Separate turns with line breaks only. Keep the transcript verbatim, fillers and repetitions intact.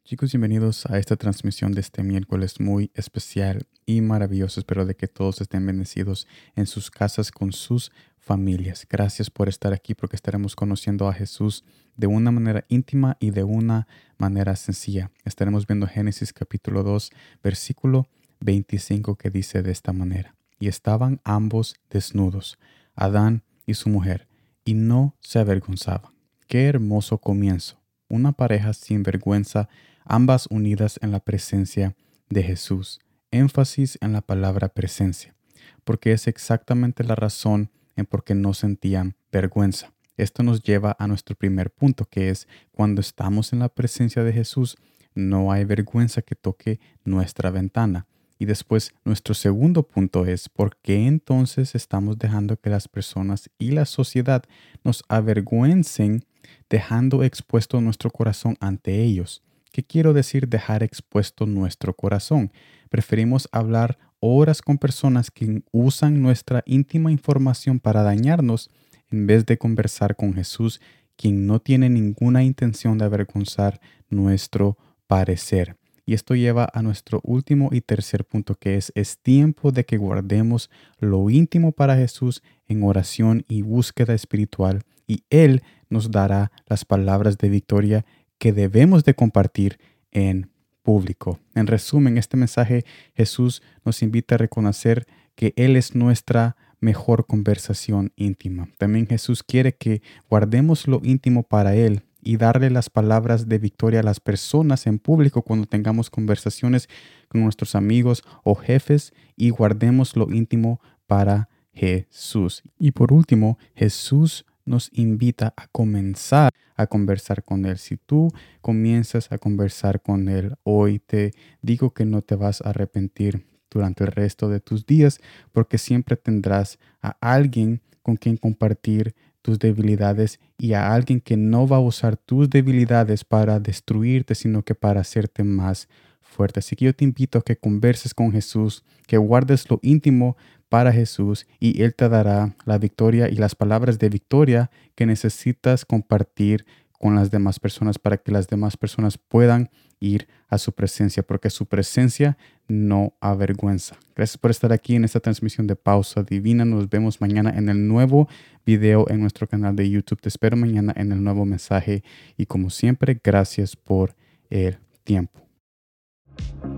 Chicos, bienvenidos a esta transmisión de este miércoles muy especial y maravilloso. Espero de que todos estén bendecidos en sus casas con sus familias. Gracias por estar aquí porque estaremos conociendo a Jesús de una manera íntima y de una manera sencilla. Estaremos viendo Génesis capítulo dos, versículo veinticinco, que dice de esta manera: y estaban ambos desnudos, Adán y su mujer, y no se avergonzaban. Qué hermoso comienzo. Una pareja sin vergüenza, ambas unidas en la presencia de Jesús. Énfasis en la palabra presencia, porque es exactamente la razón en por qué no sentían vergüenza. Esto nos lleva a nuestro primer punto, que es: cuando estamos en la presencia de Jesús, no hay vergüenza que toque nuestra ventana. Y después, nuestro segundo punto es: ¿por qué entonces estamos dejando que las personas y la sociedad nos avergüencen, dejando expuesto nuestro corazón ante ellos? ¿Qué quiero decir dejar expuesto nuestro corazón? Preferimos hablar horas con personas que usan nuestra íntima información para dañarnos, en vez de conversar con Jesús, quien no tiene ninguna intención de avergonzar nuestro parecer. Y esto lleva a nuestro último y tercer punto, que es: es tiempo de que guardemos lo íntimo para Jesús en oración y búsqueda espiritual, y Él nos dará las palabras de victoria que debemos de compartir en público. En resumen, este mensaje, Jesús nos invita a reconocer que Él es nuestra mejor conversación íntima. También Jesús quiere que guardemos lo íntimo para Él y darle las palabras de victoria a las personas en público cuando tengamos conversaciones con nuestros amigos o jefes, y guardemos lo íntimo para Jesús. Y por último, Jesús nos invita a comenzar a conversar con Él. Si tú comienzas a conversar con Él hoy, te digo que no te vas a arrepentir durante el resto de tus días, porque siempre tendrás a alguien con quien compartir tus debilidades, y a alguien que no va a usar tus debilidades para destruirte, sino que para hacerte más fuerte. Así que yo te invito a que converses con Jesús, que guardes lo íntimo para Jesús, y Él te dará la victoria y las palabras de victoria que necesitas compartir con las demás personas, para que las demás personas puedan ir a su presencia, porque su presencia no avergüenza. Gracias por estar aquí en esta transmisión de Pausa Divina. Nos vemos mañana en el nuevo video en nuestro canal de YouTube. Te espero mañana en el nuevo mensaje, y como siempre, gracias por el tiempo.